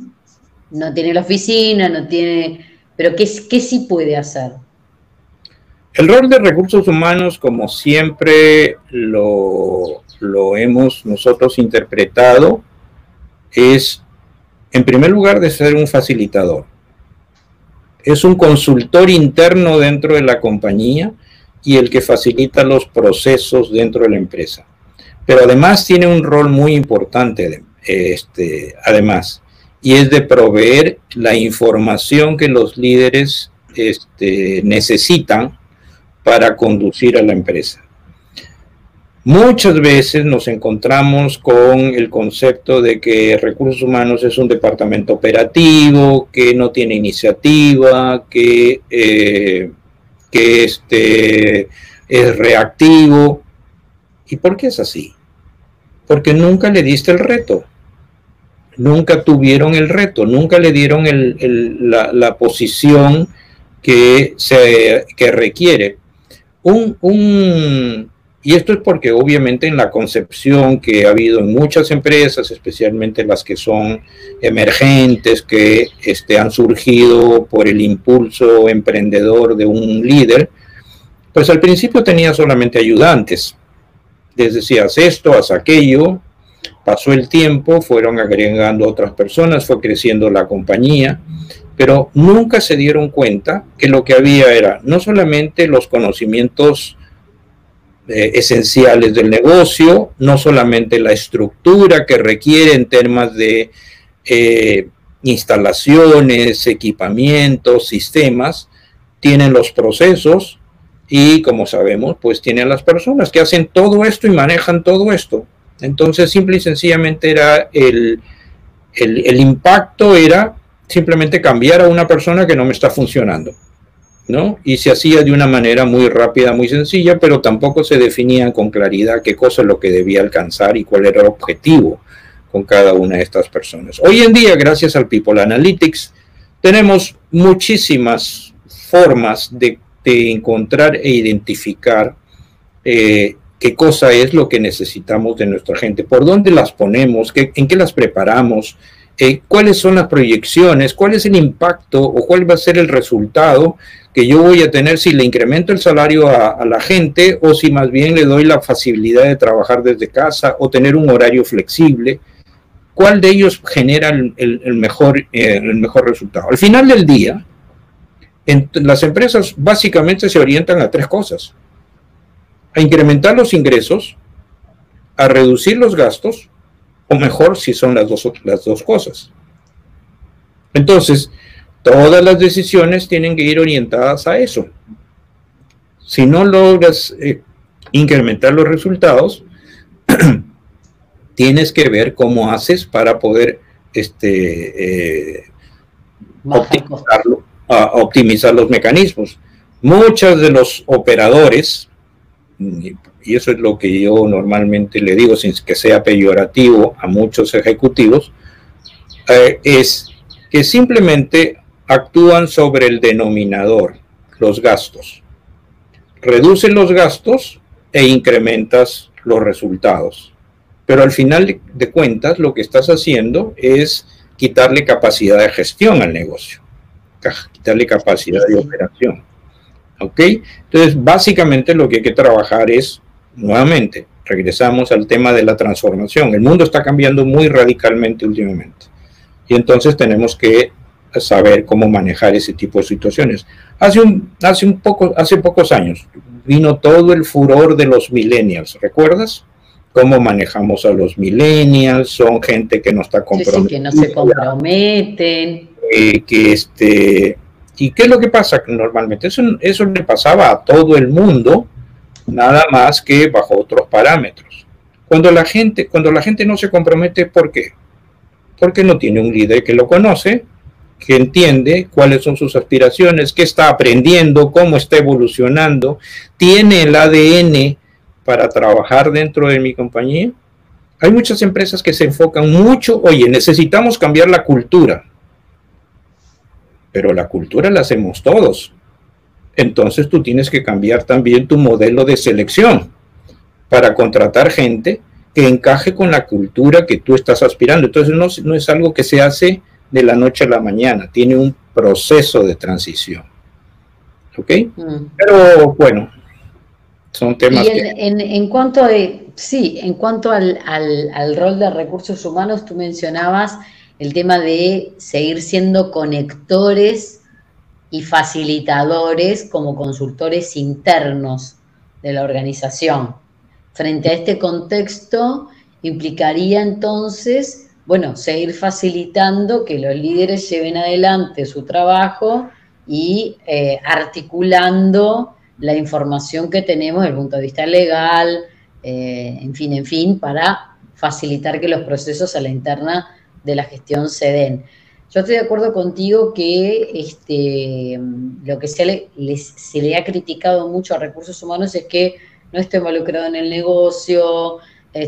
la oficina, no tiene... Pero ¿qué sí puede hacer? El rol de recursos humanos, como siempre lo hemos nosotros interpretado, es, en primer lugar, de ser un facilitador. Es un consultor interno dentro de la compañía y el que facilita los procesos dentro de la empresa. Pero además tiene un rol muy importante, además, y es de proveer la información que los líderes necesitan para conducir a la empresa. Muchas veces nos encontramos con el concepto de que recursos humanos es un departamento operativo, que no tiene iniciativa, que es reactivo. ¿Y por qué es así? Porque nunca le diste el reto. Nunca tuvieron el reto, nunca le dieron la posición que requiere. Y esto es porque obviamente en la concepción que ha habido en muchas empresas, especialmente las que son emergentes, que han surgido por el impulso emprendedor de un líder, pues al principio tenía solamente ayudantes. Les decía, haz esto, haz aquello. Pasó el tiempo, fueron agregando otras personas, fue creciendo la compañía, pero nunca se dieron cuenta que lo que había era no solamente los conocimientos esenciales del negocio, no solamente la estructura que requiere en temas de instalaciones, equipamientos, sistemas, tienen los procesos y, como sabemos, pues tienen las personas que hacen todo esto y manejan todo esto. Entonces, simple y sencillamente era el impacto era simplemente cambiar a una persona que no me está funcionando, ¿no? Y se hacía de una manera muy rápida, muy sencilla, pero tampoco se definía con claridad qué cosa es lo que debía alcanzar y cuál era el objetivo con cada una de estas personas. Hoy en día, gracias al People Analytics, tenemos muchísimas formas de encontrar e identificar qué cosa es lo que necesitamos de nuestra gente, por dónde las ponemos, en qué las preparamos, cuáles son las proyecciones, cuál es el impacto o cuál va a ser el resultado que yo voy a tener si le incremento el salario a la gente o si más bien le doy la facilidad de trabajar desde casa o tener un horario flexible. ¿Cuál de ellos genera el mejor resultado? Al final del día, las empresas básicamente se orientan a tres cosas: a incrementar los ingresos, a reducir los gastos, o mejor si son las dos cosas. Entonces, todas las decisiones tienen que ir orientadas a eso. Si no logras incrementar los resultados, tienes que ver cómo haces para poder optimizar los mecanismos. Muchos de los operadores, y eso es lo que yo normalmente le digo sin que sea peyorativo a muchos ejecutivos, es que simplemente actúan sobre el denominador, los gastos. Reduces los gastos e incrementas los resultados. Pero al final de cuentas lo que estás haciendo es quitarle capacidad de gestión al negocio, quitarle capacidad de operación. ¿Ok? Entonces, básicamente lo que hay que trabajar es, nuevamente, regresamos al tema de la transformación. El mundo está cambiando muy radicalmente últimamente. Y entonces tenemos que saber cómo manejar ese tipo de situaciones. Hace pocos años vino todo el furor de los millennials, ¿recuerdas? Cómo manejamos a los millennials, son gente que no está comprometida. Sí, que no se comprometen. ¿Y qué es lo que pasa? Normalmente eso le pasaba a todo el mundo, nada más que bajo otros parámetros. Cuando la gente no se compromete, ¿por qué? Porque no tiene un líder que lo conoce, que entiende cuáles son sus aspiraciones, qué está aprendiendo, cómo está evolucionando, tiene el ADN para trabajar dentro de mi compañía. Hay muchas empresas que se enfocan mucho, oye, necesitamos cambiar la cultura, pero la cultura la hacemos todos. Entonces tú tienes que cambiar también tu modelo de selección para contratar gente que encaje con la cultura que tú estás aspirando. Entonces no es algo que se hace de la noche a la mañana, tiene un proceso de transición. ¿Ok? Pero bueno, son temas y en cuanto al rol de recursos humanos, tú mencionabas el tema de seguir siendo conectores y facilitadores como consultores internos de la organización. Frente a este contexto, implicaría entonces, bueno, seguir facilitando que los líderes lleven adelante su trabajo y articulando la información que tenemos desde el punto de vista legal, en fin, para facilitar que los procesos a la interna de la gestión se den. Yo estoy de acuerdo contigo que lo que se le ha criticado mucho a recursos humanos es que no está involucrado en el negocio,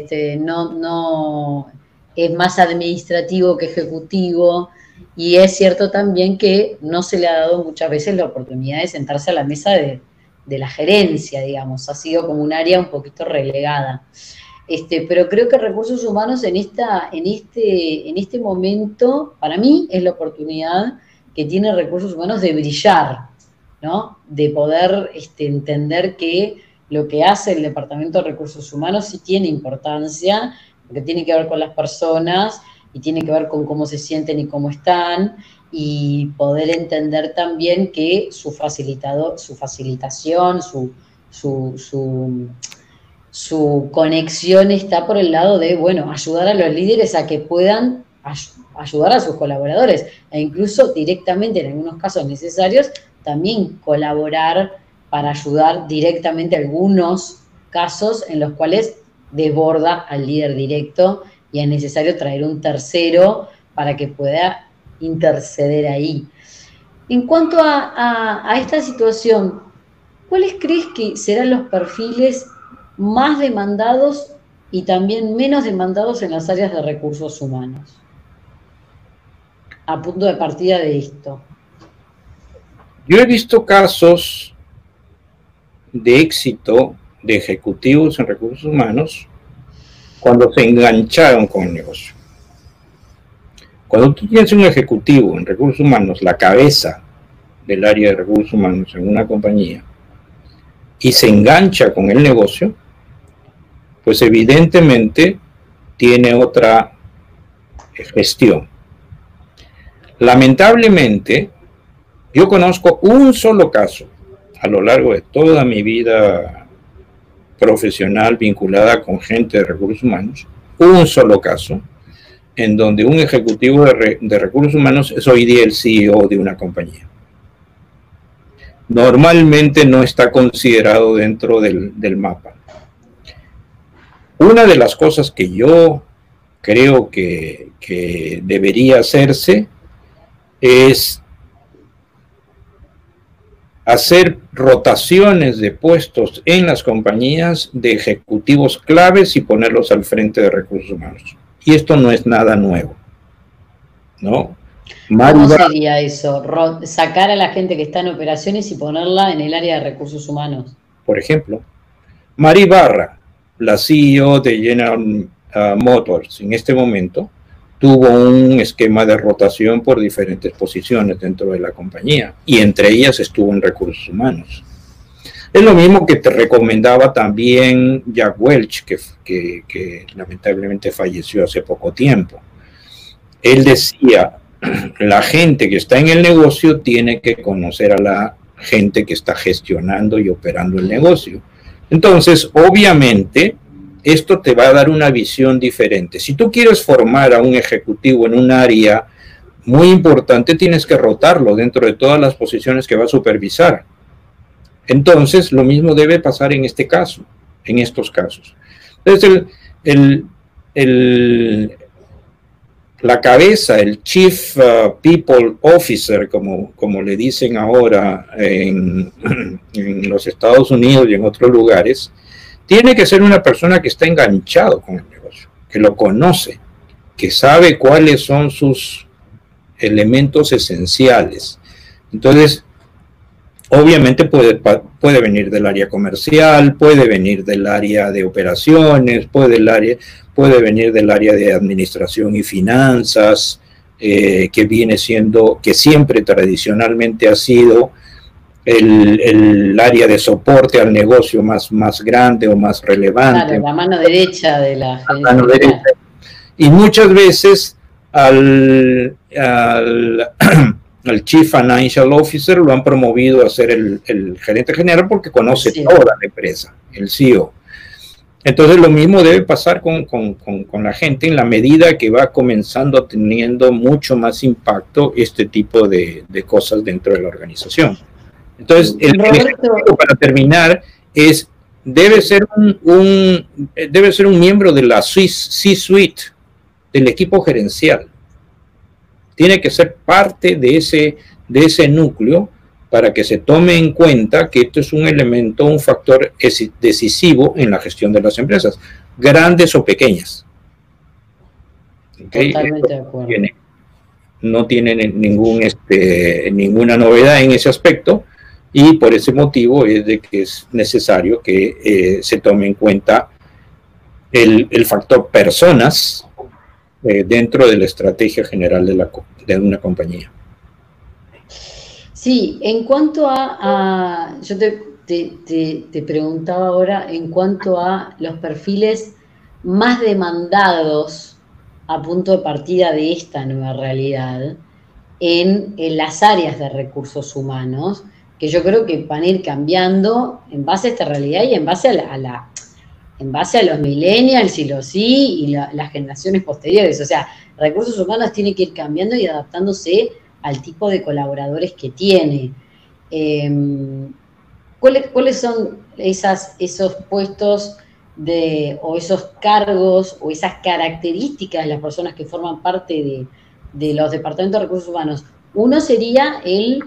no es más administrativo que ejecutivo, y es cierto también que no se le ha dado muchas veces la oportunidad de sentarse a la mesa de la gerencia, digamos, ha sido como un área un poquito relegada. Pero creo que recursos humanos en este momento, para mí, es la oportunidad que tiene recursos humanos de brillar, ¿no? De poder entender que lo que hace el Departamento de Recursos Humanos sí tiene importancia, porque tiene que ver con las personas y tiene que ver con cómo se sienten y cómo están, y poder entender también que su facilitación, su conexión está por el lado de, bueno, ayudar a los líderes a que puedan ayudar a sus colaboradores e incluso directamente, en algunos casos necesarios, también colaborar para ayudar directamente a algunos casos en los cuales desborda al líder directo y es necesario traer un tercero para que pueda interceder ahí. En cuanto a esta situación, ¿cuáles crees que serán los perfiles más demandados y también menos demandados en las áreas de recursos humanos? A punto de partida de esto. Yo he visto casos de éxito de ejecutivos en recursos humanos cuando se engancharon con el negocio. Cuando tú tienes un ejecutivo en recursos humanos, la cabeza del área de recursos humanos en una compañía, y se engancha con el negocio, pues evidentemente tiene otra gestión. Lamentablemente, yo conozco un solo caso a lo largo de toda mi vida profesional vinculada con gente de recursos humanos, un solo caso en donde un ejecutivo de recursos humanos es hoy día el CEO de una compañía. Normalmente no está considerado dentro del mapa. Una de las cosas que yo creo que debería hacerse es hacer rotaciones de puestos en las compañías de ejecutivos claves y ponerlos al frente de recursos humanos. Y esto no es nada nuevo, ¿no? ¿Cómo sería eso? Sacar a la gente que está en operaciones y ponerla en el área de recursos humanos. Por ejemplo, Mari Barra, la CEO de General Motors, en este momento, tuvo un esquema de rotación por diferentes posiciones dentro de la compañía, y entre ellas estuvo en recursos humanos. Es lo mismo que te recomendaba también Jack Welch, que lamentablemente falleció hace poco tiempo. Él decía, la gente que está en el negocio tiene que conocer a la gente que está gestionando y operando el negocio. Entonces, obviamente, esto te va a dar una visión diferente. Si tú quieres formar a un ejecutivo en un área muy importante, tienes que rotarlo dentro de todas las posiciones que va a supervisar. Entonces, lo mismo debe pasar en este caso, en estos casos. Entonces, la cabeza, el Chief People Officer, como le dicen ahora en los Estados Unidos y en otros lugares, tiene que ser una persona que está enganchado con el negocio, que lo conoce, que sabe cuáles son sus elementos esenciales. Entonces, obviamente puede venir del área comercial, puede venir del área de operaciones, puede venir del área de administración y finanzas, que viene siendo, que siempre tradicionalmente ha sido el área de soporte al negocio más grande o más relevante. Claro, la mano derecha de la mano derecha. Y muchas veces al Chief Financial Officer lo han promovido a ser el gerente general porque conoce toda la empresa, el CEO. Entonces lo mismo debe pasar con la gente en la medida que va comenzando teniendo mucho más impacto este tipo de cosas dentro de la organización. Entonces, el ejemplo para terminar es, debe ser un miembro de la C-Suite, del equipo gerencial. Tiene que ser parte de ese núcleo para que se tome en cuenta que esto es un elemento, un factor decisivo en la gestión de las empresas, grandes o pequeñas. ¿Okay? Totalmente de acuerdo. No tiene ninguna novedad en ese aspecto, y por ese motivo es de que es necesario que se tome en cuenta el factor personas dentro de la estrategia general de una compañía. Sí, en cuanto yo te preguntaba ahora en cuanto a los perfiles más demandados a punto de partida de esta nueva realidad en las áreas de recursos humanos, que yo creo que van a ir cambiando en base a esta realidad y en base a en base a los millennials y los y las generaciones posteriores. O sea, recursos humanos tiene que ir cambiando y adaptándose al tipo de colaboradores que tiene. ¿Cuáles son esos puestos o esos cargos o esas características de las personas que forman parte de los departamentos de recursos humanos? Uno sería el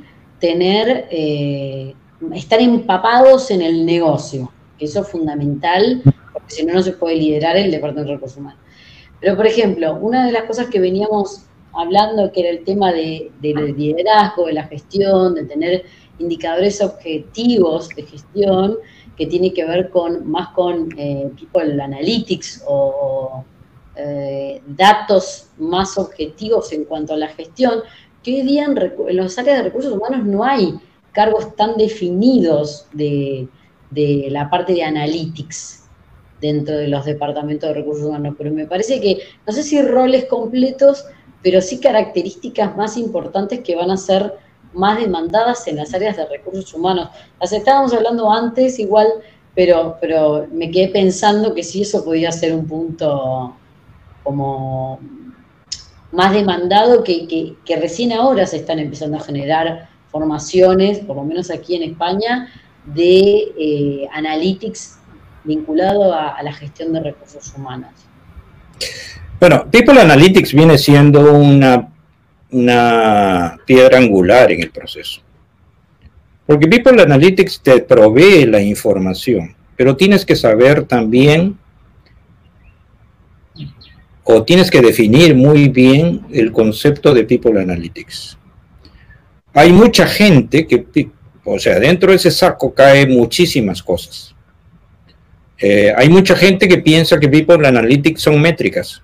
estar empapados en el negocio, que eso es fundamental, porque si no, no se puede liderar el departamento de recursos humanos. Pero, por ejemplo, una de las cosas que veníamos hablando, que era el tema del liderazgo, de la gestión, de tener indicadores objetivos de gestión, que tiene que ver más con people analytics o datos más objetivos en cuanto a la gestión, que hoy día en las áreas de recursos humanos no hay cargos tan definidos de la parte de analytics dentro de los departamentos de recursos humanos, pero me parece que, no sé si roles completos, pero sí características más importantes que van a ser más demandadas en las áreas de recursos humanos. Las estábamos hablando antes igual, pero me quedé pensando que sí, eso podía ser un punto como más demandado, que recién ahora se están empezando a generar formaciones, por lo menos aquí en España, de analytics vinculado a la gestión de recursos humanos. Bueno, People Analytics viene siendo una piedra angular en el proceso. Porque People Analytics te provee la información, pero tienes que saber también, o tienes que definir muy bien el concepto de People Analytics. Hay mucha gente o sea, dentro de ese saco cae muchísimas cosas. Hay mucha gente que piensa que People Analytics son métricas.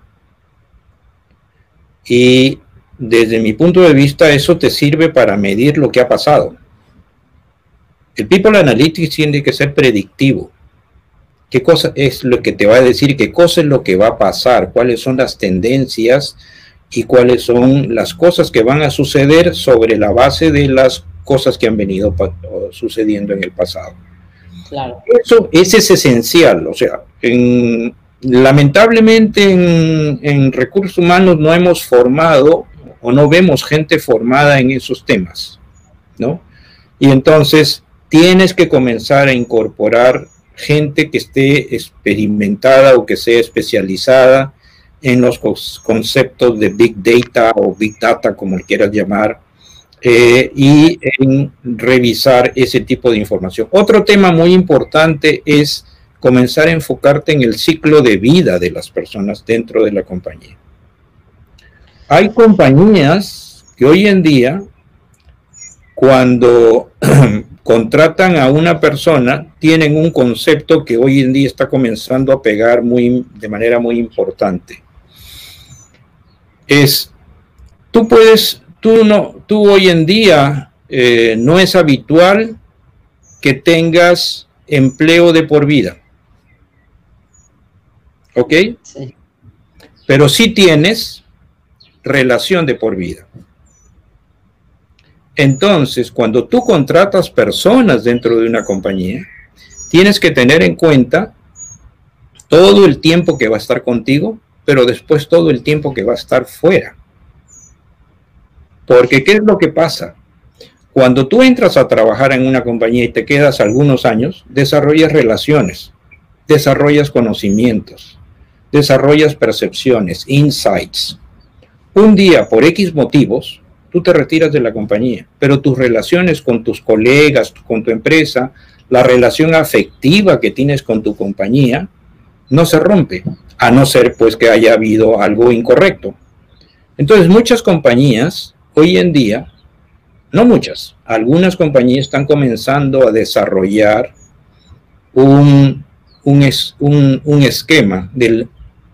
Y desde mi punto de vista, eso te sirve para medir lo que ha pasado. El People Analytics tiene que ser predictivo. ¿Qué cosa es lo que te va a decir? ¿Qué cosa es lo que va a pasar? ¿Cuáles son las tendencias? Y cuáles son las cosas que van a suceder sobre la base de las cosas que han venido sucediendo en el pasado. Claro. Eso es esencial. O sea, lamentablemente en recursos humanos no hemos formado o no vemos gente formada en esos temas, ¿no? Y entonces tienes que comenzar a incorporar gente que esté experimentada o que sea especializada en los conceptos de Big Data o Big Data, como le quieras llamar, y en revisar ese tipo de información. Otro tema muy importante es comenzar a enfocarte en el ciclo de vida de las personas dentro de la compañía. Hay compañías que hoy en día, cuando contratan a una persona, tienen un concepto que hoy en día está comenzando a pegar de manera muy importante. Tú hoy en día no es habitual que tengas empleo de por vida. ¿Ok? Sí. Pero sí tienes relación de por vida. Entonces, cuando tú contratas personas dentro de una compañía, tienes que tener en cuenta todo el tiempo que va a estar contigo, pero después todo el tiempo que va a estar fuera. Porque, ¿qué es lo que pasa? Cuando tú entras a trabajar en una compañía y te quedas algunos años, desarrollas relaciones, desarrollas conocimientos, desarrollas percepciones, insights. Un día, por X motivos, tú te retiras de la compañía, pero tus relaciones con tus colegas, con tu empresa, la relación afectiva que tienes con tu compañía, no se rompe, a no ser pues que haya habido algo incorrecto. Entonces, muchas compañías, hoy en día, no muchas, algunas compañías están comenzando a desarrollar un esquema del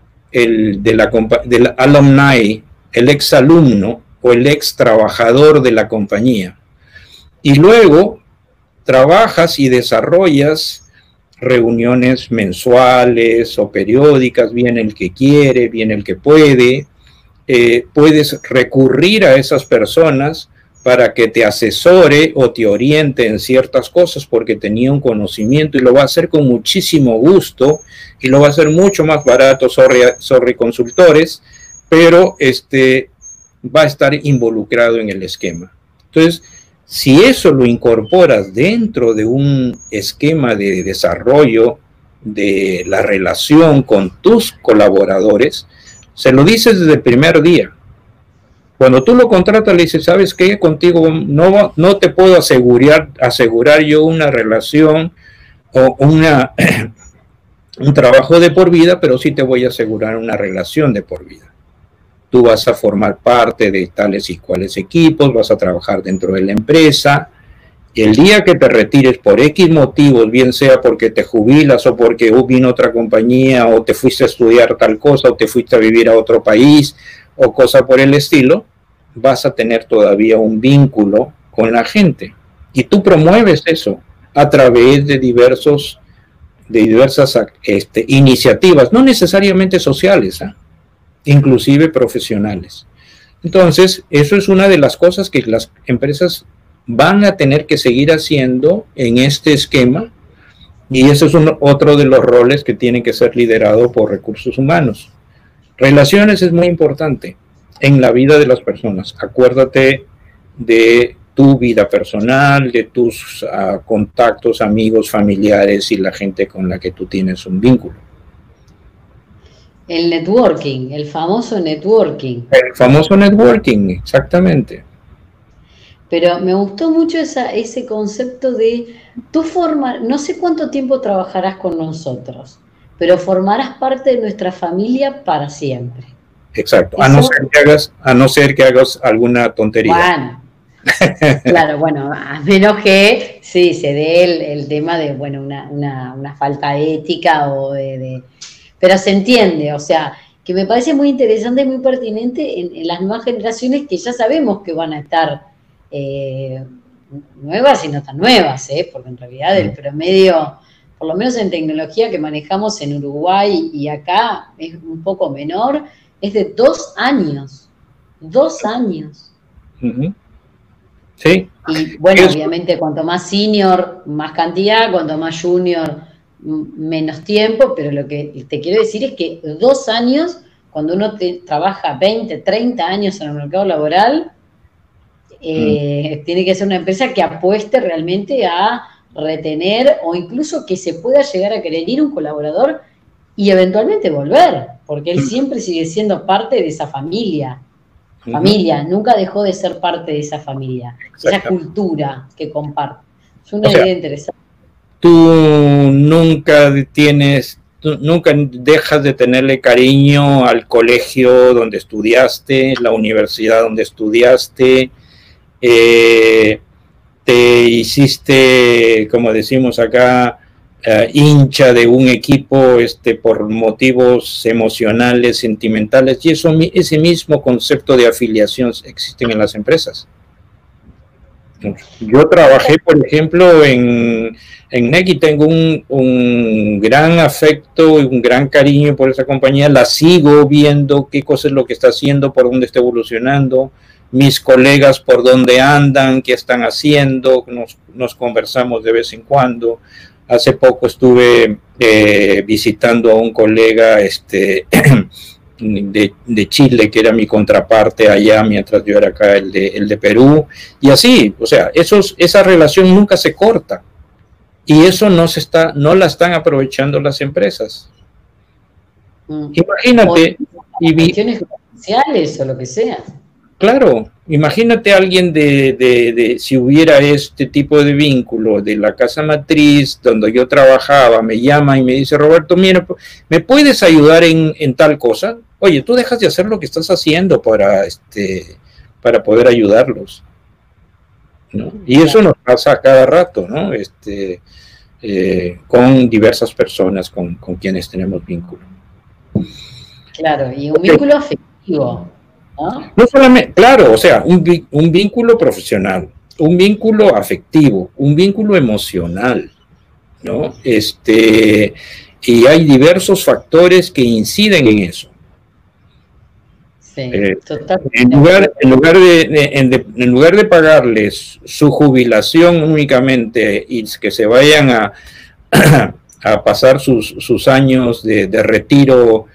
alumni, el exalumno o el ex trabajador de la compañía. Y luego trabajas y desarrollas reuniones mensuales o periódicas, viene el que quiere, viene el que puede. Puedes recurrir a esas personas para que te asesore o te oriente en ciertas cosas porque tenía un conocimiento, y lo va a hacer con muchísimo gusto y lo va a hacer mucho más barato, sorry consultores, pero va a estar involucrado en el esquema. Entonces, si eso lo incorporas dentro de un esquema de desarrollo de la relación con tus colaboradores, se lo dices desde el primer día. Cuando tú lo contratas, le dices, ¿sabes qué? Contigo no te puedo asegurar yo una relación o un trabajo de por vida, pero sí te voy a asegurar una relación de por vida. Tú vas a formar parte de tales y cuales equipos, vas a trabajar dentro de la empresa. El día que te retires por X motivos, bien sea porque te jubilas o porque vino otra compañía o te fuiste a estudiar tal cosa o te fuiste a vivir a otro país o cosa por el estilo, vas a tener todavía un vínculo con la gente. Y tú promueves eso a través de diversas iniciativas, no necesariamente sociales, inclusive profesionales. Entonces, eso es una de las cosas que las empresas van a tener que seguir haciendo en este esquema, y eso es otro de los roles que tiene que ser liderado por recursos humanos. Relaciones es muy importante en la vida de las personas. Acuérdate de tu vida personal, de tus contactos, amigos, familiares y la gente con la que tú tienes un vínculo. El networking, el famoso networking. El famoso networking, exactamente. Pero me gustó mucho ese concepto de tú no sé cuánto tiempo trabajarás con nosotros, pero formarás parte de nuestra familia para siempre. Exacto, a no ser que hagas alguna tontería. Bueno, claro, bueno, a menos que sí se dé el tema de, bueno, una falta ética o pero se entiende, o sea, que me parece muy interesante y muy pertinente en las nuevas generaciones que ya sabemos que van a estar nuevas y no tan nuevas, porque en realidad el promedio, por lo menos en tecnología que manejamos en Uruguay y acá es un poco menor, es de 2 años. 2 años. Sí. Y bueno, obviamente cuanto más senior, más cantidad, cuanto más junior, menos tiempo, pero lo que te quiero decir es que 2 años, cuando uno trabaja 20, 30 años en el mercado laboral, tiene que ser una empresa que apueste realmente a retener o incluso que se pueda llegar a querer ir un colaborador y eventualmente volver, porque él siempre sigue siendo parte de esa familia. Nunca dejó de ser parte de esa familia, esa cultura que comparte. Es una idea interesante. Tú nunca dejas de tenerle cariño al colegio donde estudiaste, la universidad donde estudiaste, te hiciste, como decimos acá, hincha de un equipo por motivos emocionales, sentimentales, y ese mismo concepto de afiliación existen en las empresas. Yo trabajé, por ejemplo, en NEC y tengo un gran afecto y un gran cariño por esa compañía. La sigo viendo qué cosa es lo que está haciendo, por dónde está evolucionando, mis colegas por dónde andan, qué están haciendo, nos conversamos de vez en cuando. Hace poco estuve visitando a un colega de Chile, que era mi contraparte allá, mientras yo era acá el de Perú, y así, o sea, esa relación nunca se corta, y eso no la están aprovechando las empresas. Imagínate, cuestiones comerciales o lo que sea. Claro, imagínate a alguien si hubiera este tipo de vínculo de la casa matriz donde yo trabajaba, me llama y me dice, Roberto, mira, ¿me puedes ayudar en tal cosa? Oye, tú dejas de hacer lo que estás haciendo para poder ayudarlos, ¿no? Y eso nos pasa a cada rato, ¿no? Con diversas personas con quienes tenemos vínculo. Claro, y un vínculo afectivo. No solamente, claro, o sea, un vínculo profesional, un vínculo afectivo, un vínculo emocional, ¿no? Y hay diversos factores que inciden en eso. Sí, en lugar de pagarles su jubilación únicamente y que se vayan a pasar sus años de retiro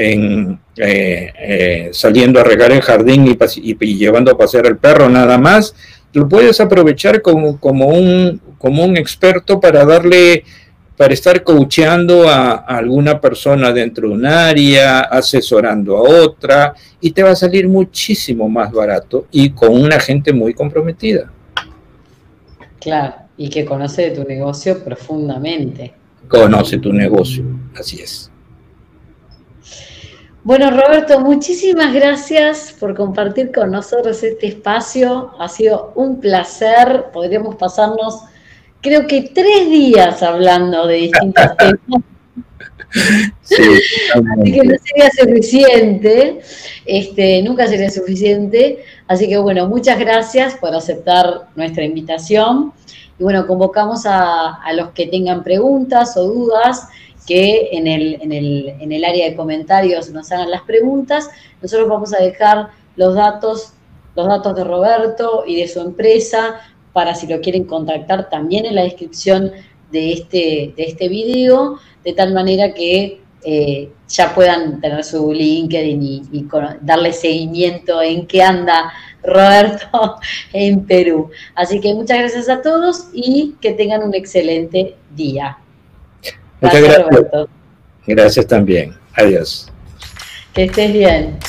saliendo a regar el jardín y llevando a pasear al perro nada más, lo puedes aprovechar como un experto para estar coacheando a alguna persona dentro de un área, asesorando a otra, y te va a salir muchísimo más barato y con una gente muy comprometida. Claro, y que conoce de tu negocio profundamente. Conoce tu negocio, así es. Bueno, Roberto, muchísimas gracias por compartir con nosotros este espacio. Ha sido un placer. Podríamos pasarnos, creo que 3 días hablando de distintos temas. Sí, así que no sería suficiente, nunca sería suficiente. Así que bueno, muchas gracias por aceptar nuestra invitación. Y bueno, convocamos a los que tengan preguntas o dudas, que en el área de comentarios nos hagan las preguntas. Nosotros vamos a dejar los datos de Roberto y de su empresa, para si lo quieren contactar también en la descripción de este video, de tal manera que ya puedan tener su LinkedIn y darle seguimiento en qué anda Roberto en Perú. Así que muchas gracias a todos y que tengan un excelente día. Muchas gracias. Roberto. Gracias también. Adiós. Que estés bien.